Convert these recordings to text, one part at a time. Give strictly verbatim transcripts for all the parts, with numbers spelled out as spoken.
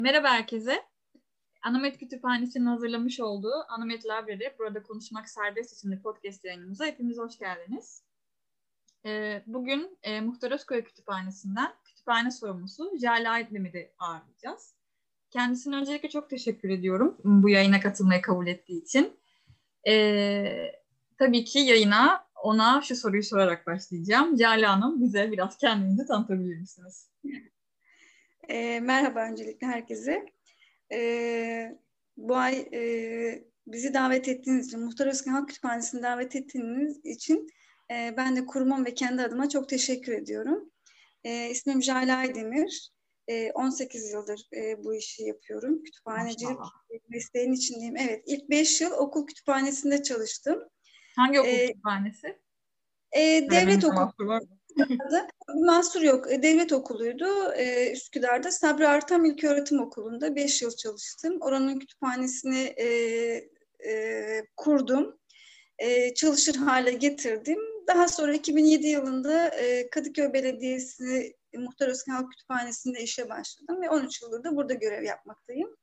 Merhaba herkese. Anomet Kütüphanesi'nin hazırlamış olduğu Anomet Library, Burada Konuşmak Serbest isimli podcast yayınımıza hepiniz hoş geldiniz. Ee, bugün e, Muhtar Özkoy Kütüphanesi'nden kütüphane sorumlusu Jale Aydemir ağırlayacağız. Kendisine öncelikle çok teşekkür ediyorum bu yayına katılmayı kabul ettiği için. Ee, tabii ki yayına ona şu soruyu sorarak başlayacağım. Jale Hanım, bize biraz kendinizi tanıtabilir misiniz? E, merhaba öncelikle herkese. E, bu ay e, bizi davet ettiğiniz için, Muhtar Özkoy Halk Kütüphanesi'ni davet ettiğiniz için e, ben de kurumum ve kendi adıma çok teşekkür ediyorum. E, ismim Jale Aydemir. E, on sekiz yıldır e, bu işi yapıyorum. Kütüphanecilik mesleğinin içindeyim. Evet, ilk beş yıl okul kütüphanesinde çalıştım. Hangi okul e, kütüphanesi? e, devlet okulu. Var. Mahsur yok. Devlet okuluydu. Ee, Üsküdar'da Sabri Artam İlköğretim Okulu'nda beş yıl çalıştım. Oranın kütüphanesini e, e, kurdum. E, çalışır hale getirdim. Daha sonra iki bin yedi yılında e, Kadıköy Belediyesi Muhtar Özkoy Halk Kütüphanesi'nde işe başladım ve on üç yıldır da burada görev yapmaktayım.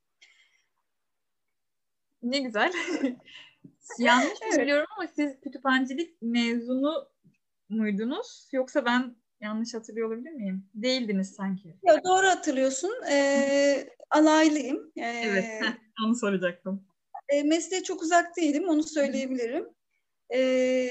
Ne güzel. Yanlış Evet. biliyorum ama siz kütüphanecilik mezunu muydunuz? Yoksa ben yanlış hatırlıyor olabilir miyim? Değildiniz sanki. Ya, doğru hatırlıyorsun. E, alaylıyım. E, Evet, heh, onu soracaktım. E, mesleğe çok uzak değilim, onu söyleyebilirim. E,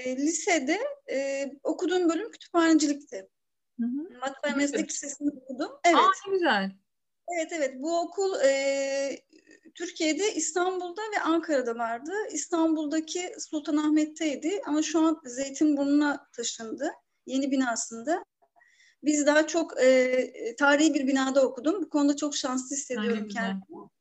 lisede e, okuduğum bölüm kütüphanecilikti. Matbaa Meslek Lisesi'nde okudum. Evet. Aa, ne güzel. Evet, evet. Bu okul e, Türkiye'de, İstanbul'da ve Ankara'da vardı. İstanbul'daki Sultanahmet'teydi ama şu an Zeytinburnu'na taşındı. Yeni binasında. Biz daha çok e, tarihi bir binada okudum. Bu konuda çok şanslı hissediyorum kendimi.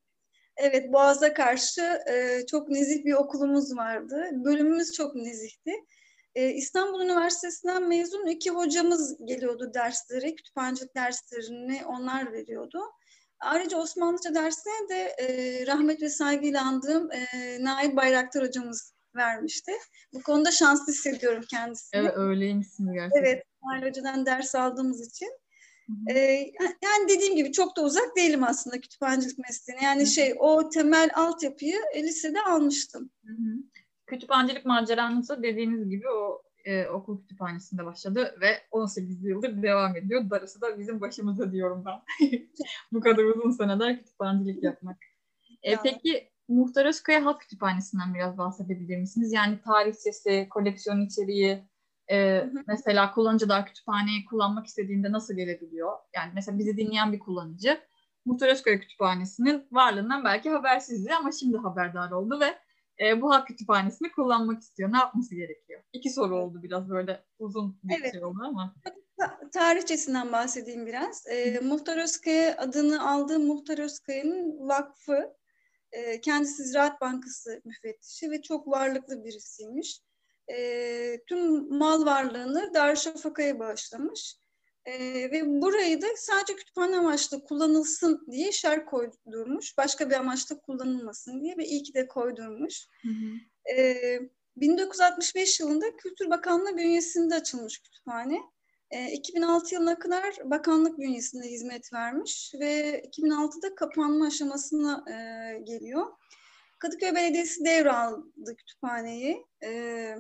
Evet, Boğaz'a karşı e, çok nezih bir okulumuz vardı. Bölümümüz çok nezihti. E, İstanbul Üniversitesi'nden mezun iki hocamız geliyordu derslere, kütüphanecilik derslerini onlar veriyordu. Ayrıca Osmanlıca dersine de e, rahmet ve saygıyla andığım e, Nail Bayraktar hocamız vermişti. Bu konuda şanslı hissediyorum kendisini. Evet, öyleymişsiniz gerçekten. Evet, Nail Hoca'dan ders aldığımız için. Ee, yani dediğim gibi çok da uzak değilim aslında kütüphanecilik mesleğine. Yani hı hı. şey o temel altyapıyı lisede almıştım. Hı hı. Kütüphanecilik maceranızı dediğiniz gibi o e, okul kütüphanesinde başladı ve on sekiz yıldır devam ediyor. Darısı da bizim başımıza diyorum ben. Bu kadar uzun seneler kütüphanecilik yapmak. E, peki Muhtar Özkoy Halk Kütüphanesi'nden biraz bahsedebilir misiniz? Yani tarihçesi, koleksiyon içeriği, e, hı hı. mesela kullanıcılar kütüphaneyi kullanmak istediğinde nasıl gelebiliyor? Yani mesela bizi dinleyen bir kullanıcı Muhtar Özkoy Kütüphanesi'nin varlığından belki habersizdi ama şimdi haberdar oldu ve e, bu halk kütüphanesini kullanmak istiyor. Ne yapması gerekiyor? İki soru oldu, biraz böyle uzun bir evet. şey oldu ama. Tarihçesinden bahsedeyim biraz. E, Muhtar Özkoy adını aldığı Muhtar Özkoy'un vakfı, e, kendisi Ziraat Bankası müfettişi ve çok varlıklı birisiymiş. E, tüm mal varlığını Darüşşafaka'ya bağışlamış. Ee, ve burayı da sadece kütüphane amaçlı kullanılsın diye şer koydurmuş. Başka bir amaçla kullanılmasın diye ve iyi ki de koydurmuş. Hı hı. Ee, bin dokuz yüz altmış beş yılında Kültür Bakanlığı bünyesinde açılmış kütüphane. Ee, iki bin altı yılına kadar bakanlık bünyesinde hizmet vermiş ve iki bin altıda kapanma aşamasına e, geliyor. Kadıköy Belediyesi devraldı kütüphaneyi. Ee,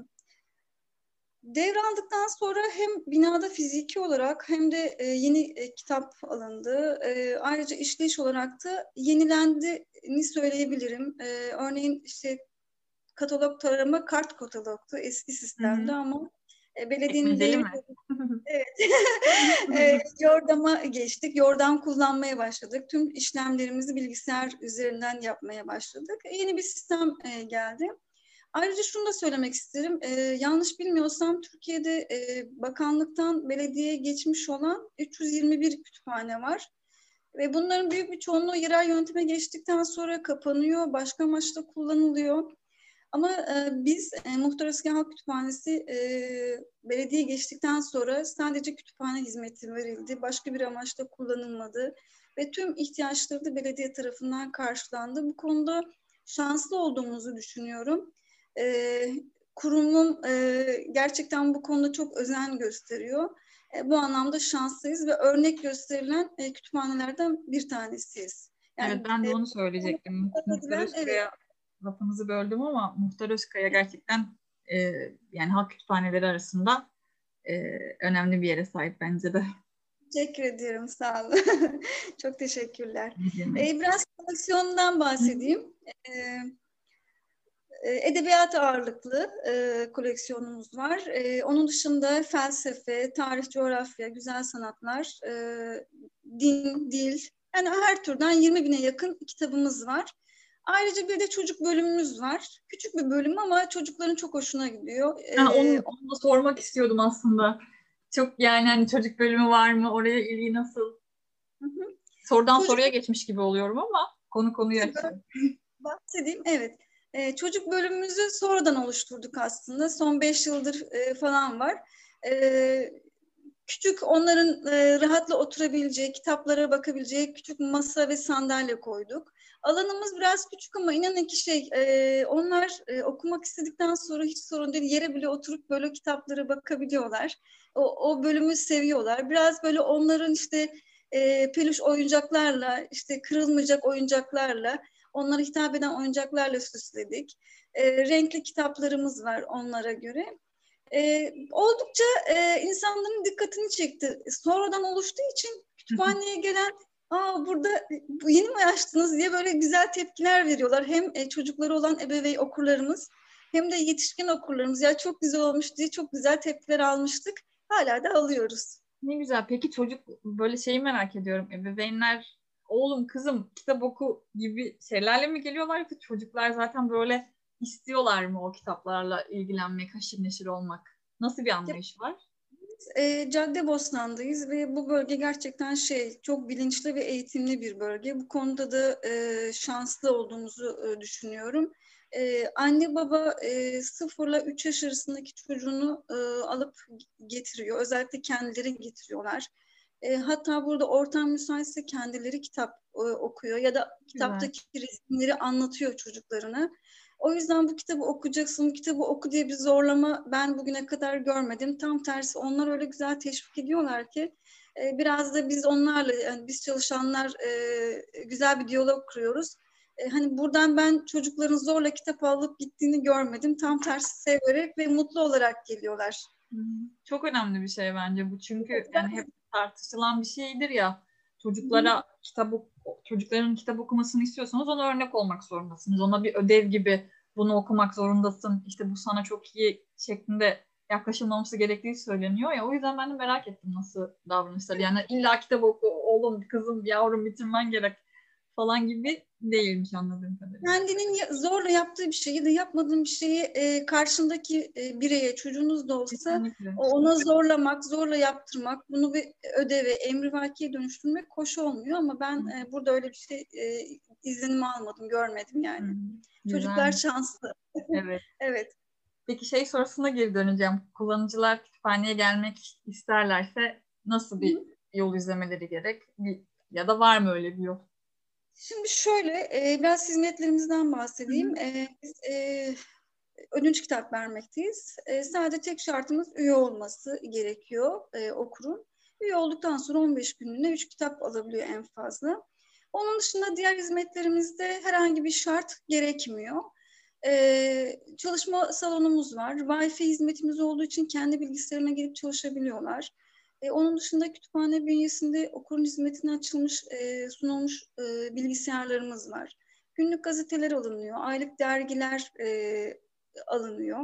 Devraldıktan sonra hem binada fiziki olarak hem de e, yeni e, kitap alındı. E, ayrıca işleyiş olarak da yenilendiğini söyleyebilirim. E, örneğin işte katalog tarama kart katalogtu eski sistemde, hı hı. Ama e, belediyenin devri evet. e, Yordam'a geçtik. Yordam kullanmaya başladık. Tüm işlemlerimizi bilgisayar üzerinden yapmaya başladık. E, yeni bir sistem e, geldi. Ayrıca şunu da söylemek isterim. Ee, yanlış bilmiyorsam Türkiye'de e, bakanlıktan belediyeye geçmiş olan üç yüz yirmi bir kütüphane var. Ve bunların büyük bir çoğunluğu yerel yönteme geçtikten sonra kapanıyor, başka amaçla kullanılıyor. Ama e, biz e, Muhtar Özkoy Halk Kütüphanesi e, belediye geçtikten sonra sadece kütüphane hizmeti verildi. Başka bir amaçla kullanılmadı. Ve tüm ihtiyaçları da belediye tarafından karşılandı. Bu konuda şanslı olduğumuzu düşünüyorum. E, kurumum e, gerçekten bu konuda çok özen gösteriyor. E, bu anlamda şanslıyız ve örnek gösterilen e, kütüphanelerden bir tanesiyiz. Evet, Yani ben de e, onu söyleyecektim. Muhtar edilen, evet, Özkaya, lafınızı böldüm ama Muhtar Özkaya gerçekten e, yani halk kütüphaneleri arasında e, önemli bir yere sahip bence de. teşekkür ediyorum, sağ olun. Çok teşekkürler. Ne demek? E, biraz koleksiyondan bahsedeyim. E, e, edebiyat ağırlıklı e, koleksiyonumuz var. E, onun dışında felsefe, tarih, coğrafya, güzel sanatlar, e, din, dil, yani her türden yirmi bine yakın kitabımız var. Ayrıca bir de çocuk bölümümüz var. Küçük bir bölüm ama çocukların çok hoşuna gidiyor. Ha, E, onu, onu da sormak istiyordum aslında. Çok yani hani çocuk bölümü var mı? Oraya ilgi nasıl? hı hı. Sorudan Çocuk soruya geçmiş gibi oluyorum ama konu konuyu açıyor. bahsedeyim. Evet. E, çocuk bölümümüzü sonradan oluşturduk aslında. Son beş yıldır e, falan var. E, küçük, onların e, rahatla oturabileceği, kitaplara bakabileceği küçük masa ve sandalye koyduk. Alanımız biraz küçük ama inanın ki şey, e, onlar e, okumak istedikten sonra hiç sorun değil. Yere bile oturup böyle kitaplara bakabiliyorlar. O, o bölümü seviyorlar. Biraz böyle onların işte e, peluş oyuncaklarla, işte kırılmayacak oyuncaklarla, onlara hitap eden oyuncaklarla süsledik. E, renkli kitaplarımız var onlara göre. E, oldukça e, insanların dikkatini çekti. Sonradan oluştuğu için kütüphaneye gelen, aa burada bu yeni mi açtınız diye böyle güzel tepkiler veriyorlar. Hem e, çocukları olan ebeveyn okurlarımız hem de yetişkin okurlarımız, ya çok güzel olmuş diye çok güzel tepkiler almıştık. Hala da alıyoruz. Ne güzel. Peki çocuk böyle şeyi merak ediyorum. Ebeveynler oğlum kızım kitap oku gibi şeylerle mi geliyorlar yoksa çocuklar zaten böyle istiyorlar mı o kitaplarla ilgilenmek, haşır neşir olmak? Nasıl bir anlayış var? E, Caddebostan'dayız ve bu bölge gerçekten şey, çok bilinçli ve eğitimli bir bölge. Bu konuda da e, şanslı olduğumuzu e, düşünüyorum. E, anne baba e, sıfırla üç yaş arasındaki çocuğunu e, alıp getiriyor. Özellikle kendileri getiriyorlar. E, hatta burada ortam müsaitse kendileri kitap e, okuyor ya da Güzel. kitaptaki resimleri anlatıyor çocuklarına. O yüzden bu kitabı okuyacaksın, bu kitabı oku diye bir zorlama ben bugüne kadar görmedim. Tam tersi, onlar öyle güzel teşvik ediyorlar ki e, biraz da biz onlarla, yani biz çalışanlar e, güzel bir diyalog kuruyoruz. E, hani buradan ben çocukların zorla kitap alıp gittiğini görmedim. Tam tersi, severek ve mutlu olarak geliyorlar. Hı hı. Çok önemli bir şey bence bu. Çünkü yani hep tartışılan bir şeydir ya. Çocuklara kitap ok- çocukların kitap okumasını istiyorsanız ona örnek olmak zorundasınız. Ona bir ödev gibi bunu okumak zorundasın. İşte bu sana çok iyi şeklinde yaklaşılmaması gerektiği söyleniyor ya. O yüzden ben de merak ettim nasıl davranışlar. Yani illa kitap oku oğlum, kızım, yavrum bitirmen gerek falan gibi değilmiş anladığım kadarıyla. Kendinin zorla yaptığı bir şeyi de yapmadığın bir şeyi e, karşındaki e, bireye, çocuğunuz da olsa Kesinlikle. ona zorlamak, zorla yaptırmak, bunu bir ödeve, emrivakiye dönüştürmek hoş olmuyor ama ben e, burada öyle bir şey e, izlenimi almadım, görmedim Hı yani. hı. Çocuklar Güzelmiş. şanslı. Evet. Evet. Peki şey sorusuna geri döneceğim. Kullanıcılar kütüphaneye gelmek isterlerse nasıl bir yol izlemeleri gerek? Bir, ya da var mı öyle bir yol? Şimdi şöyle e, biraz hizmetlerimizden Hı hı. bahsedeyim. E, biz e, ödünç kitap vermekteyiz. E, sadece tek şartımız üye olması gerekiyor e, okurun. Üye olduktan sonra on beş günlüğüne üç kitap alabiliyor en fazla. Onun dışında diğer hizmetlerimizde herhangi bir şart gerekmiyor. Ee, çalışma salonumuz var. Wi-Fi hizmetimiz olduğu için kendi bilgisayarına girip çalışabiliyorlar. Ee, onun dışında kütüphane bünyesinde okurun hizmetine açılmış, e, sunulmuş e, bilgisayarlarımız var. Günlük gazeteler alınıyor, aylık dergiler e, alınıyor.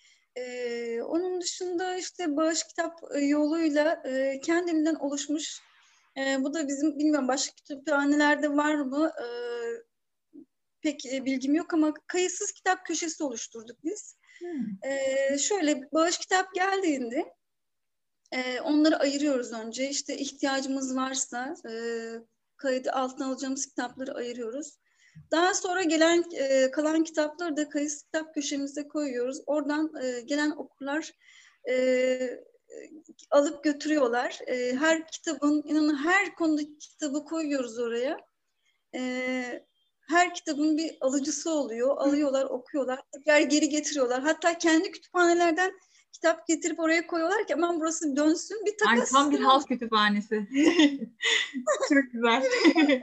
Ee, onun dışında işte bağış kitap e, yoluyla e, kendinden oluşmuş, e, bu da bizim, bilmiyorum başka kütüphanelerde var mı? E, pek e, bilgim yok ama kayıtsız kitap köşesi oluşturduk biz. Hmm. E, şöyle bağış kitap geldiğinde e, onları ayırıyoruz önce. İşte ihtiyacımız varsa e, kaydı altına alacağımız kitapları ayırıyoruz. Daha sonra gelen e, kalan kitapları da kayıtsız kitap köşemize koyuyoruz. Oradan e, gelen okurlar e, alıp götürüyorlar. E, her kitabın, inanın her konudaki kitabı koyuyoruz oraya. E, her kitabın bir alıcısı oluyor. Alıyorlar, okuyorlar, tekrar geri getiriyorlar. Hatta kendi kütüphanelerden kitap getirip oraya koyuyorlar ki aman burası dönsün. Bir Ay takas tam bir sistemi oldu. halk kütüphanesi. Çok güzel.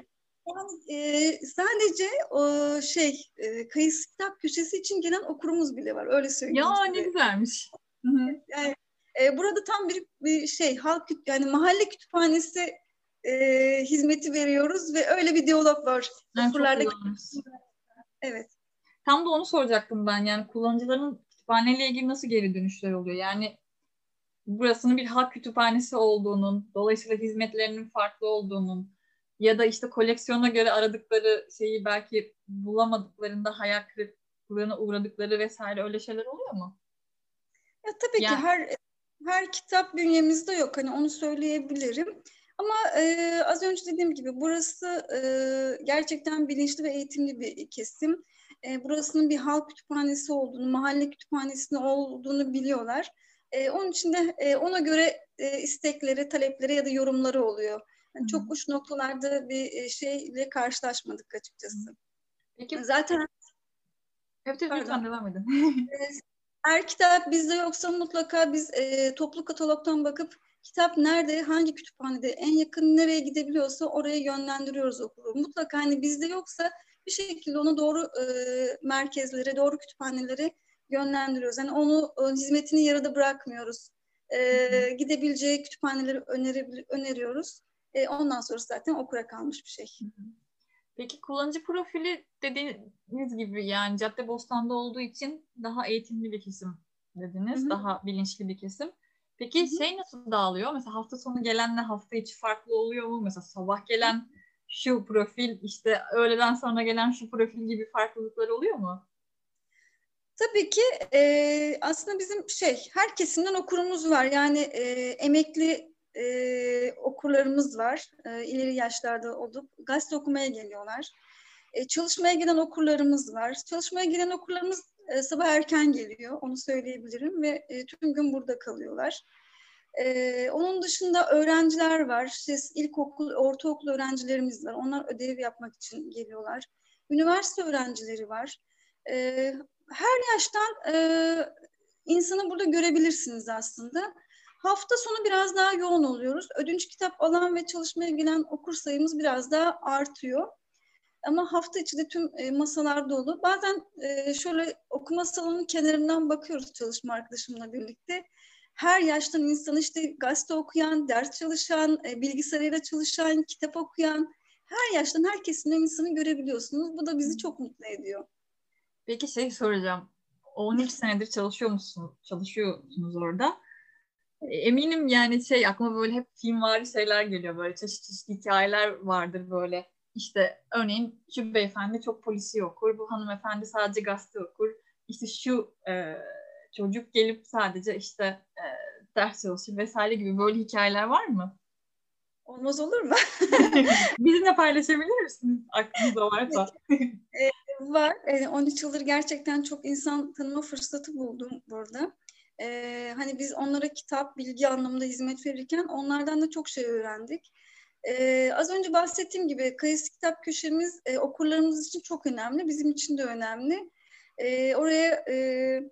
Yani, e, sadece o şey e, kayısı kitap köşesi için gelen okurumuz bile var. Öyle söyleyeyim Ya ne size. güzelmiş. Hı hı. Yani e, burada tam bir, bir şey halk küt- yani mahalle kütüphanesi e, hizmeti veriyoruz ve öyle bir diyalog var Yani çok okurlarla. güzelmiş. Evet. Tam da onu soracaktım ben. Yani kullanıcıların kütüphaneyle ilgili nasıl geri dönüşler oluyor? Yani burasının bir halk kütüphanesi olduğunun, dolayısıyla hizmetlerinin farklı olduğunun ya da işte koleksiyona göre aradıkları şeyi belki bulamadıklarında hayal kırıklığına uğradıkları vesaire öyle şeyler oluyor mu? Ya tabii ki Yani her her kitap bünyemizde yok. Hani onu söyleyebilirim. Ama e, az önce dediğim gibi burası e, gerçekten bilinçli ve eğitimli bir kesim. E, burasının bir halk kütüphanesi olduğunu, mahalle kütüphanesinin olduğunu biliyorlar. E, onun için de e, ona göre e, istekleri, talepleri ya da yorumları oluyor. Yani çok uç noktalarda bir e, şeyle karşılaşmadık açıkçası. peki, Zaten evet, evet, pardon. lütfen devam edin. Eğer kitap bizde yoksa mutlaka biz e, toplu katalogdan bakıp kitap nerede, hangi kütüphanede, en yakın nereye gidebiliyorsa oraya yönlendiriyoruz okuru. Mutlaka hani bizde yoksa bir şekilde onu doğru e, merkezlere, doğru kütüphanelere yönlendiriyoruz. Yani onu e, hizmetini yarıda bırakmıyoruz. E, gidebileceği kütüphaneleri öneri, öneriyoruz. E, ondan sonra zaten okura kalmış bir şey. Peki kullanıcı profili dediğiniz gibi yani Caddebostan'da olduğu için daha eğitimli bir kesim Hı dediniz. hı. Daha bilinçli bir kesim. Hı Peki hı. şey nasıl dağılıyor? Mesela hafta sonu gelenle hafta içi farklı oluyor mu? Mesela sabah gelen şu profil, işte öğleden sonra gelen şu profil gibi farklılıklar oluyor mu? Tabii ki e, aslında bizim şey her kesimden okurumuz var. Yani e, emekli e, okurlarımız var. E, ileri yaşlarda olup gazete okumaya geliyorlar. E, çalışmaya gelen okurlarımız var. Çalışmaya gelen okurlarımız e, sabah erken geliyor. Onu söyleyebilirim ve e, tüm gün burada kalıyorlar. E, onun dışında öğrenciler var. İşte ilkokul, ortaokul öğrencilerimiz var. Onlar ödev yapmak için geliyorlar. Üniversite öğrencileri var. E, Her yaştan e, insanı burada görebilirsiniz aslında. Hafta sonu biraz daha yoğun oluyoruz. Ödünç kitap alan ve çalışmaya gelen okur sayımız biraz daha artıyor. Ama hafta içi de tüm e, masalar dolu. Bazen e, şöyle okuma salonunun kenarından bakıyoruz çalışma arkadaşımla birlikte. Her yaştan insan işte gazete okuyan, ders çalışan, e, bilgisayarıyla çalışan, kitap okuyan, her yaştan her kesimden insanı görebiliyorsunuz. Bu da bizi çok mutlu ediyor. Peki şey soracağım. on üç senedir çalışıyor musun? Çalışıyorsunuz orada. E, Eminim yani şey aklıma böyle hep filmvari şeyler geliyor. Böyle çeşit çeşit hikayeler vardır böyle. İşte örneğin şu beyefendi çok polisi okur. Bu hanımefendi sadece gazete okur. İşte şu e, çocuk gelip sadece işte e, ders çalışır vesaire gibi böyle hikayeler var mı? Olmaz olur mu? Bizimle paylaşabilir misiniz aklınızda varsa? E, Var. E, on üç yıldır gerçekten çok insan tanıma fırsatı buldum burada. E, hani biz onlara kitap, bilgi anlamında hizmet verirken onlardan da çok şey öğrendik. E, az önce bahsettiğim gibi kayısı kitap köşemiz e, okurlarımız için çok önemli. Bizim için de önemli. E, oraya e,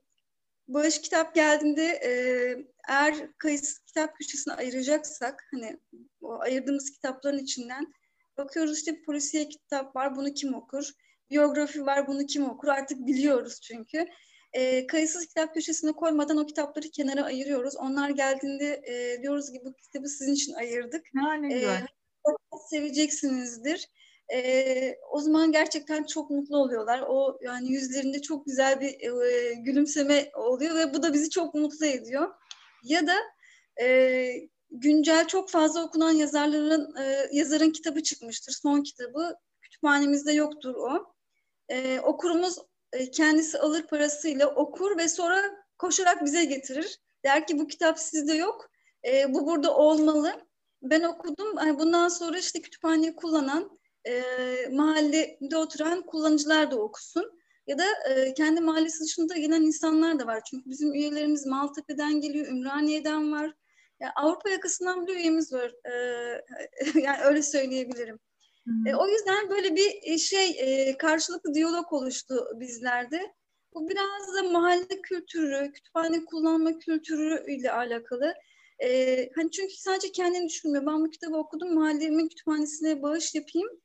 bağış kitap geldiğinde e, eğer kayısı kitap köşesine ayıracaksak hani o ayırdığımız kitapların içinden bakıyoruz işte polisiye kitap var bunu kim okur? Biyografi var bunu kim okur? Artık biliyoruz çünkü. E, kayıtsız kitap köşesine koymadan o kitapları kenara ayırıyoruz. Onlar geldiğinde e, diyoruz ki bu kitabı sizin için ayırdık. Ha, ne E, güzel. Seveceksinizdir. Ee, o zaman gerçekten çok mutlu oluyorlar. O yani yüzlerinde çok güzel bir e, gülümseme oluyor ve bu da bizi çok mutlu ediyor. Ya da e, güncel çok fazla okunan yazarların e, yazarın kitabı çıkmıştır. Son kitabı kütüphanemizde yoktur o. E, okurumuz e, kendisi alır parasıyla okur ve sonra koşarak bize getirir. Der ki bu kitap sizde yok. E, bu burada olmalı. Ben okudum. Yani bundan sonra işte kütüphaneyi kullanan e, mahallede oturan kullanıcılar da okusun. Ya da e, kendi mahallesi dışında gelen insanlar da var. Çünkü bizim üyelerimiz Maltepe'den geliyor, Ümraniye'den var. Yani Avrupa yakasından bile üyemiz var. E, yani öyle söyleyebilirim. Hı E, hı. o yüzden böyle bir e, şey e, karşılıklı diyalog oluştu bizlerde. Bu biraz da mahalle kültürü, kütüphane kullanma kültürü ile alakalı. E, hani çünkü sadece kendini düşünmüyor. Ben bu kitabı okudum, mahallemin kütüphanesine bağış yapayım ki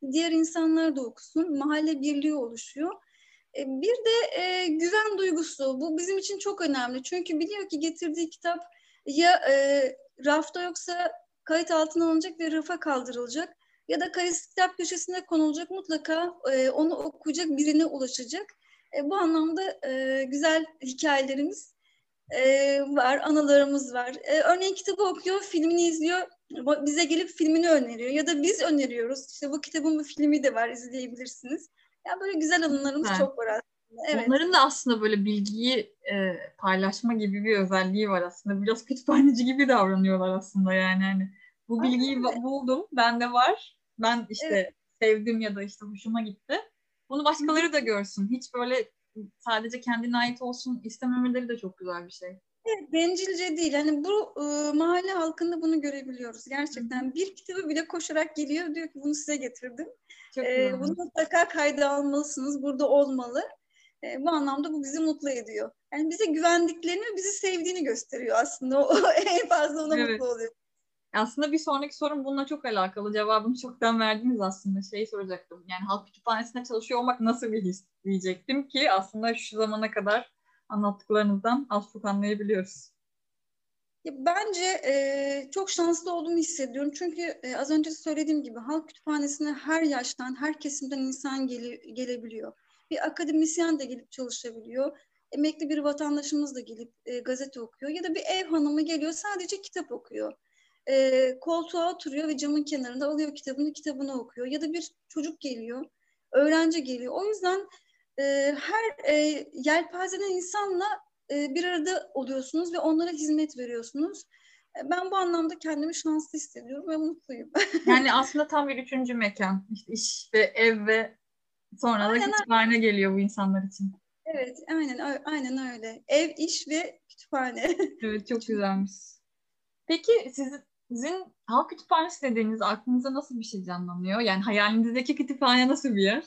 diğer insanlar da okusun. Mahalle birliği oluşuyor. E, bir de e, güven duygusu. Bu bizim için çok önemli. Çünkü biliyor ki getirdiği kitap ya e, rafta yoksa kayıt altına alınacak ve rafa kaldırılacak. Ya da kayıt kitap köşesine konulacak. Mutlaka e, onu okuyacak birine ulaşacak. E, bu anlamda e, güzel hikayelerimiz e, var, anılarımız var. E, örneğin kitabı okuyor, filmini izliyor, bize gelip filmini öneriyor. Ya da biz öneriyoruz. İşte bu kitabın bir filmi de var, izleyebilirsiniz. Yani böyle güzel anılarımız Güzel. çok var aslında. Evet. Onların da aslında böyle bilgiyi e, paylaşma gibi bir özelliği var aslında. Biraz kütüphaneci gibi davranıyorlar aslında yani. Hani bu bilgiyi Aynen. buldum, bende var. Ben Evet. işte sevdim ya da işte hoşuma gitti. Bunu başkaları da görsün. Hiç böyle sadece kendine ait olsun istememeleri de çok güzel bir şey. Evet, bencilce değil. Hani bu e, mahalle halkında bunu görebiliyoruz. Gerçekten bir kitabı bile koşarak geliyor. Diyor ki bunu size getirdim. Çok E, güzel. bunu mutlaka kayda almalısınız. Burada olmalı. E, bu anlamda bu bizi mutlu ediyor. Yani bize güvendiklerini ve bizi sevdiğini gösteriyor aslında. O en fazla ona Evet. mutlu oluyor. Aslında bir sonraki sorum bununla çok alakalı. Cevabını çoktan verdiniz aslında. Şeyi soracaktım. Yani halk kütüphanesinde çalışıyor olmak nasıl bir his diyecektim ki aslında şu zamana kadar anlattıklarınızdan az çok anlayabiliyoruz. Ya bence e, çok şanslı olduğumu hissediyorum. Çünkü e, az önce söylediğim gibi halk kütüphanesine her yaştan, her kesimden insan gele, gelebiliyor. Bir akademisyen de gelip çalışabiliyor. Emekli bir vatandaşımız da gelip e, gazete okuyor. Ya da bir ev hanımı geliyor sadece kitap okuyor. E, koltuğa oturuyor ve camın kenarında alıyor kitabını, kitabını okuyor. Ya da bir çocuk geliyor, öğrenci geliyor. O yüzden e, her e, yelpazeden insanla e, bir arada oluyorsunuz ve onlara hizmet veriyorsunuz. E, ben bu anlamda kendimi şanslı hissediyorum ve mutluyum. Yani aslında tam bir üçüncü mekan. İşte iş ve ev ve sonra da Aynen, kütüphane geliyor bu insanlar için. evet, aynen, aynen öyle. Ev, iş ve kütüphane. Evet, çok güzelmiş. Peki sizin halk kütüphanesi dediğiniz aklınıza nasıl bir şey canlanıyor? Yani hayalinizdeki kütüphane nasıl bir yer?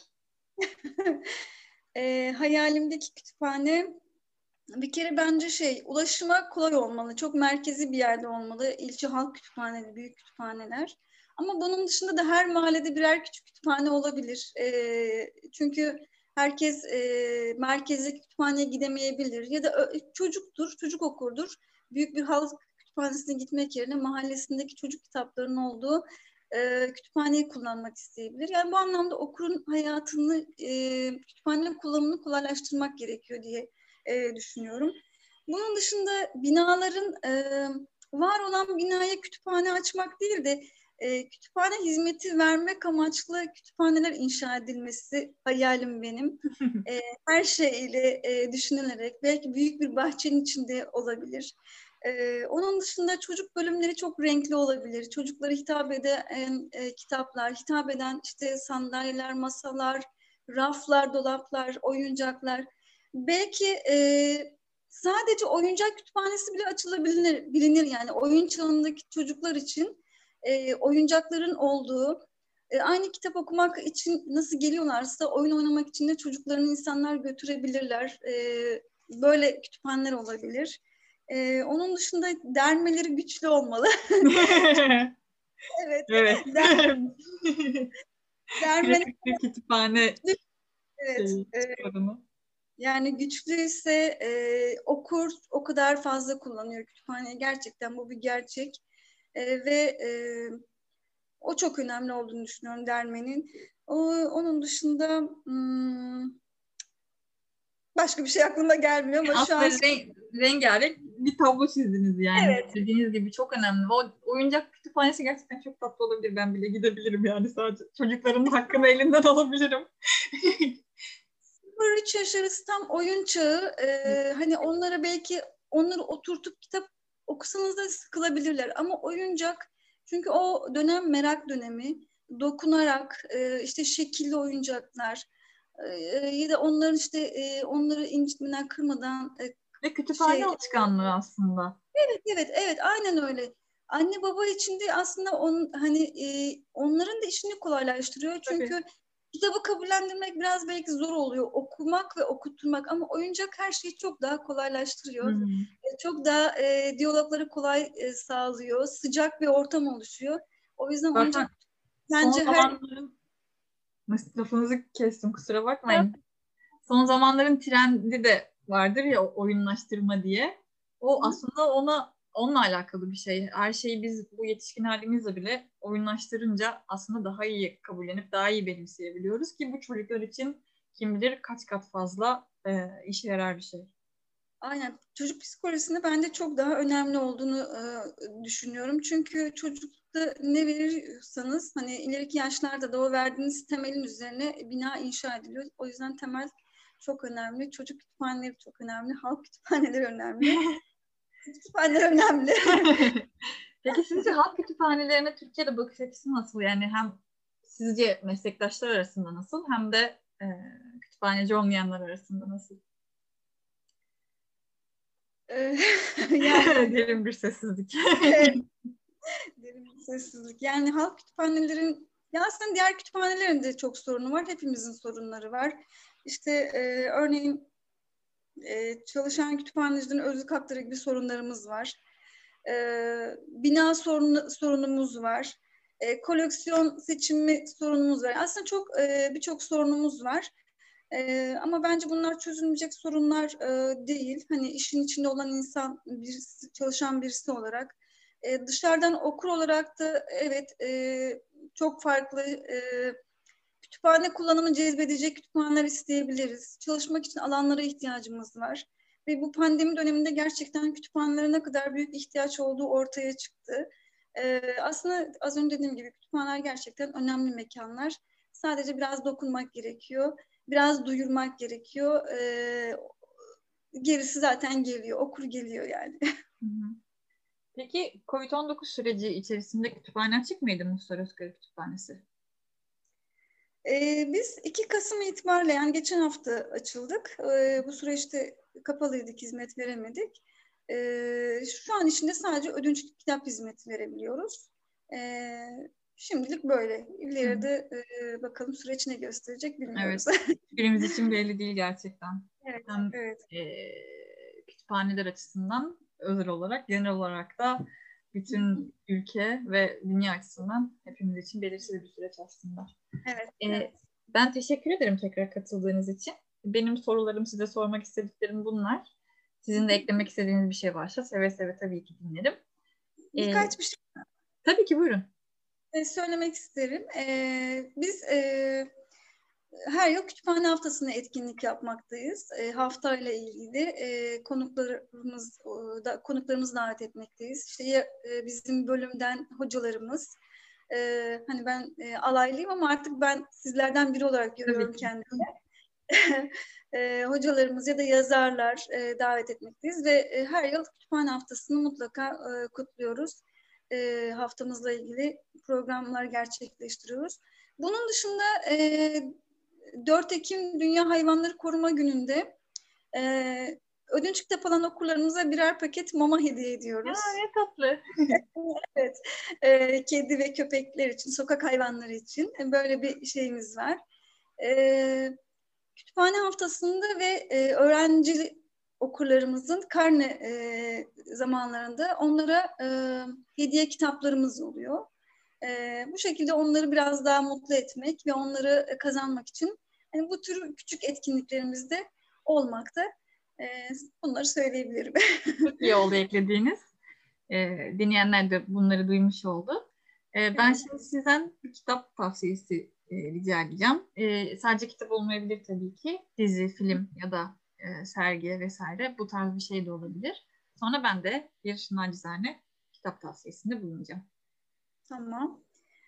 e, hayalimdeki kütüphane bir kere bence şey, ulaşıma kolay olmalı. Çok merkezi bir yerde olmalı. İlçe halk kütüphaneleri, büyük kütüphaneler. Ama bunun dışında da her mahallede birer küçük kütüphane olabilir. E, çünkü herkes e, merkezi kütüphaneye gidemeyebilir. Ya da çocuktur, çocuk okurdur. Büyük bir halk kütüphanesine gitmek yerine mahallesindeki çocuk kitaplarının olduğu e, kütüphaneyi kullanmak isteyebilir. Yani bu anlamda okurun hayatını, e, kütüphanenin kullanımını kolaylaştırmak gerekiyor diye e, düşünüyorum. Bunun dışında binaların e, var olan binaya kütüphane açmak değil de e, kütüphane hizmeti vermek amaçlı kütüphaneler inşa edilmesi hayalim benim. E, her şeyle e, düşünülerek belki büyük bir bahçenin içinde olabilir. Ee, onun dışında çocuk bölümleri çok renkli olabilir. Çocuklara hitap eden e, kitaplar, hitap eden işte sandalyeler, masalar, raflar, dolaplar, oyuncaklar. Belki e, sadece oyuncak kütüphanesi bile açılabilir, bilinir yani oyun çağındaki çocuklar için e, oyuncakların olduğu, e, aynı kitap okumak için nasıl geliyorlarsa oyun oynamak için de çocuklarını insanlar götürebilirler. E, böyle kütüphaneler olabilir. Ee, onun dışında dermeleri güçlü olmalı. Evet. Evet. Der, dermeler Klasikli kütüphane güçlü. Evet. şeyi, Ee, çıkarımı. yani güçlüyse e, okur o kadar fazla kullanıyor kütüphaneyi. Gerçekten bu bir gerçek. E, ve e, o çok önemli olduğunu düşünüyorum dermenin. O, onun dışında hmm, başka bir şey aklıma gelmiyor ama şu Aslında an renk, rengarenk bir tablo çizdiniz yani. evet. Dediğiniz gibi çok önemli. O oyuncak kütüphanesi gerçekten çok tatlı olabilir. Ben bile gidebilirim yani sadece. Çocukların hakkını elinden alabilirim. sıfır üç yaş arası tam oyun çağı. Ee, hani onlara belki onları oturtup kitap okusanız da sıkılabilirler. Ama oyuncak çünkü o dönem merak dönemi. Dokunarak e, işte şekilli oyuncaklar e, ya da onların işte e, onları incitmeden kırmadan e, Ve kütüphane şey alışkanlığı aslında. evet evet evet aynen öyle. Anne baba için de aslında on, hani e, onların da işini kolaylaştırıyor. Tabii. Çünkü kitabı kabullendirmek biraz belki zor oluyor. Okumak ve okutturmak ama oyuncak her şeyi çok daha kolaylaştırıyor. Hmm. E, çok daha e, diyalogları kolay e, sağlıyor. Sıcak bir ortam oluşuyor. O yüzden oyuncak Zaten son bence her zamanların Nasıl, lafınızı kestim, kusura bakmayın. Son zamanların trendi de vardır ya, oyunlaştırma diye. O aslında ona onunla alakalı bir şey. Her şeyi biz bu yetişkin halimizle bile oyunlaştırınca aslında daha iyi kabullenip daha iyi benimseyebiliyoruz ki bu çocuklar için kim bilir kaç kat fazla e, işe yarar bir şey. Aynen. Çocuk psikolojisinde bence çok daha önemli olduğunu e, düşünüyorum. Çünkü çocukta ne veriyorsanız hani ileriki yaşlarda da o verdiğiniz temelin üzerine bina inşa ediliyor. O yüzden temel çok önemli. Çocuk kütüphaneleri çok önemli. Halk kütüphaneleri önemli. Kütüphaneler önemli. Peki sizce halk kütüphanelerine Türkiye'de bakış açısı nasıl? Yani hem sizce meslektaşlar arasında nasıl, hem de e, kütüphaneci olmayanlar arasında nasıl? Yani Derin bir sessizlik. derin bir sessizlik. Yani halk kütüphanelerin, ya aslında diğer kütüphanelerin de çok sorunu var. Hepimizin sorunları var. İşte e, örneğin e, çalışan kütüphanecilerin özlük hakları gibi sorunlarımız var. E, bina sorunu, sorunumuz var. E, koleksiyon seçimi sorunumuz var. Aslında çok e, birçok sorunumuz var. Ee, ama bence bunlar çözülmeyecek sorunlar e, değil. Hani işin içinde olan insan, birisi, çalışan birisi olarak. E, dışarıdan okur olarak da evet e, çok farklı e, kütüphane kullanımı cezbedecek kütüphaneler isteyebiliriz. Çalışmak için alanlara ihtiyacımız var. Ve bu pandemi döneminde gerçekten kütüphanelere ne kadar büyük ihtiyaç olduğu ortaya çıktı. E, aslında az önce dediğim gibi kütüphaneler gerçekten önemli mekanlar. Sadece biraz dokunmak gerekiyor. Biraz duyurmak gerekiyor. Ee, gerisi zaten geliyor. Okur geliyor yani. Peki kovid on dokuz süreci içerisinde kütüphane açık mıydı Muhtar Özkaya Kütüphanesi? Ee, biz iki Kasım itibariyle yani geçen hafta açıldık. Ee, bu süreçte kapalıydık, hizmet veremedik. Ee, şu an içinde sadece ödünç kitap hizmeti verebiliyoruz. Ee, şimdilik böyle. İleride e, bakalım süreç ne gösterecek bilmiyoruz. Evet. Günümüz için belli değil gerçekten. Evet, Hem evet. e, kütüphaneler açısından özel olarak, genel olarak da bütün ülke ve dünya açısından hepimiz için belirsiz bir süreç aslında. Evet, E, evet. Ben teşekkür ederim tekrar katıldığınız için. Benim sorularım, size sormak istediklerim bunlar. Sizin de eklemek istediğiniz bir şey varsa seve seve tabii ki dinlerim. E, Birkaç bir şey tabii ki, buyurun. söylemek isterim. Ee, biz e, her yıl kütüphane haftasında etkinlik yapmaktayız. E, haftayla ilgili e, konuklarımız e, da konuklarımızı davet etmekteyiz. İşte e, bizim bölümden hocalarımız. E, hani ben e, alaylıyım ama artık ben sizlerden biri olarak görüyorum kendimi. e, hocalarımız ya da yazarlar e, davet etmekteyiz ve e, her yıl kütüphane haftasını mutlaka e, kutluyoruz. E, haftamızla ilgili programlar gerçekleştiriyoruz. Bunun dışında e, dört Ekim Dünya Hayvanları Koruma Günü'nde e, ödünç kitap alan okurlarımıza birer paket mama hediye ediyoruz. Ya ne tatlı. Evet, e, kedi ve köpekler için, sokak hayvanları için böyle bir şeyimiz var. E, kütüphane haftasında ve e, öğrenci okurlarımızın karne e, zamanlarında onlara e, hediye kitaplarımız oluyor. E, bu şekilde onları biraz daha mutlu etmek ve onları kazanmak için yani bu tür küçük etkinliklerimizde olmakta. E, bunları söyleyebilirim. Çok iyi oldu eklediğiniz. E, dinleyenler de bunları duymuş oldu. E, ben Evet. şimdi sizden bir kitap tavsiyesi e, rica edeceğim. E, sadece kitap olmayabilir tabii ki. Dizi, film ya da e, sergi vesaire, bu tarz bir şey de olabilir. Sonra ben de bir nacizane kitap tavsiyesinde bulunacağım. Tamam.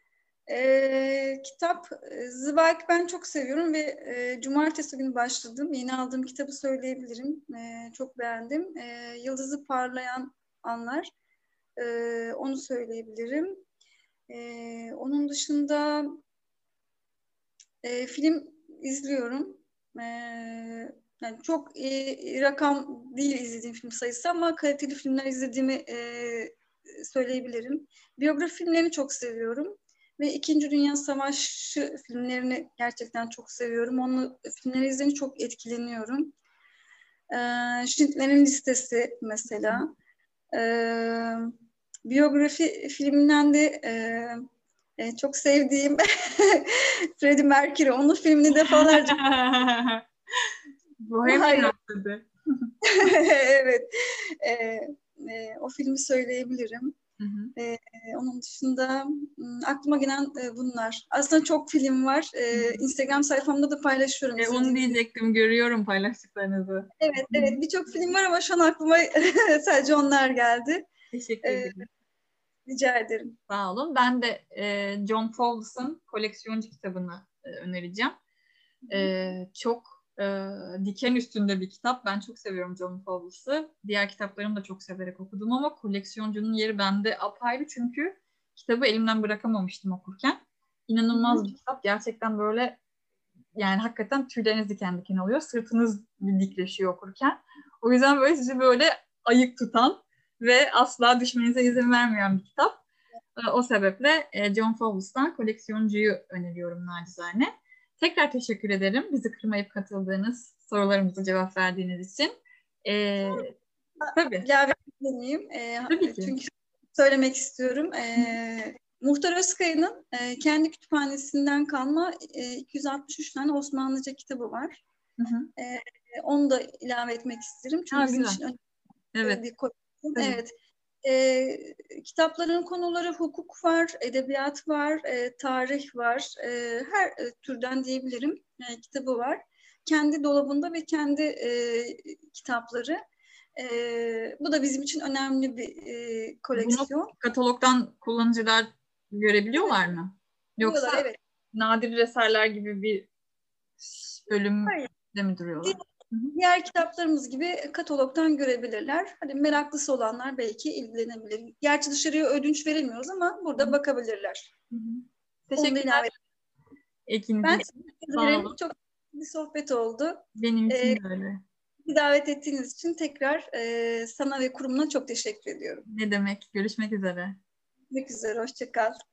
E, kitap Zweig ben çok seviyorum ve e, cumartesi günü başladım. Yeni aldığım kitabı söyleyebilirim. E, çok beğendim. E, Yıldızı Parlayan Anlar. E, onu söyleyebilirim. E, onun dışında e, film izliyorum. E, yani çok e, rakam değil izlediğim film sayısı ama kaliteli filmler izlediğimi e, söyleyebilirim. Biyografi filmlerini çok seviyorum. Ve İkinci Dünya Savaşı filmlerini gerçekten çok seviyorum. Onu filmleri izleyince çok etkileniyorum. E, Schindler'in Listesi mesela. E, biyografi filminden de e, E, çok sevdiğim Freddie Mercury. Onun filmini defalarca Bohemian Rhapsody. evet. E, e, o filmi söyleyebilirim. Hı hı. E, onun dışında m, aklıma gelen e, bunlar. Aslında çok film var. E, Instagram sayfamda da paylaşıyorum. E, onu diyecektim. Görüyorum paylaştıklarınızı. Evet, evet. Birçok film var ama şu an aklıma sadece onlar geldi. Teşekkür ederim. E, rica ederim. Sağ olun. Ben de e, John Fowles'ın koleksiyoncu kitabını e, önereceğim. E, çok e, diken üstünde bir kitap. Ben çok seviyorum John Fowles'ı. Diğer kitaplarımı da çok severek okudum ama koleksiyoncunun yeri bende apayrı çünkü kitabı elimden bırakamamıştım okurken. İnanılmaz bir kitap. Gerçekten böyle yani hakikaten tüyleriniz diken diken oluyor. Sırtınız dikleşiyor okurken. O yüzden böyle sizi böyle ayık tutan ve asla düşmenize izin vermeyen bir kitap. O sebeple John Fowles'tan Koleksiyoncu'yu öneriyorum nacizane. Tekrar teşekkür ederim bizi kırmayıp katıldığınız, sorularımıza cevap verdiğiniz için. Ee, tabii. İlave edeyim. Ee, tabii ki. Çünkü söylemek istiyorum. Ee, Muhtar Özkaya'nın e, kendi kütüphanesinden kalma e, iki yüz altmış üç tane Osmanlıca kitabı var. Hı hı. E, onu da ilave etmek isterim. Çünkü ha, bizim için önemli evet. bir koleksiyon. Evet. E, kitapların konuları hukuk var, edebiyat var, e, tarih var, e, her e, türden diyebilirim e, kitabı var. Kendi dolabında ve kendi e, kitapları. E, bu da bizim için önemli bir e, koleksiyon. Bunu katalogdan kullanıcılar görebiliyorlar evet. mı? Yoksa evet. nadir eserler gibi bir bölümde mi duruyorlar? Diğer kitaplarımız gibi katalogdan görebilirler. Hani meraklısı olanlar belki ilgilenebilir. Gerçi dışarıya ödünç verilmiyoruz ama burada Hı-hı. bakabilirler. Hı-hı. Teşekkürler. Ekin ben teşekkür ederim. Çok bir sohbet oldu. Benim için ee, öyle. Davet ettiğiniz için tekrar e, sana ve kurumuna çok teşekkür ediyorum. Ne demek? Görüşmek üzere. Görüşmek üzere. Hoşça kal.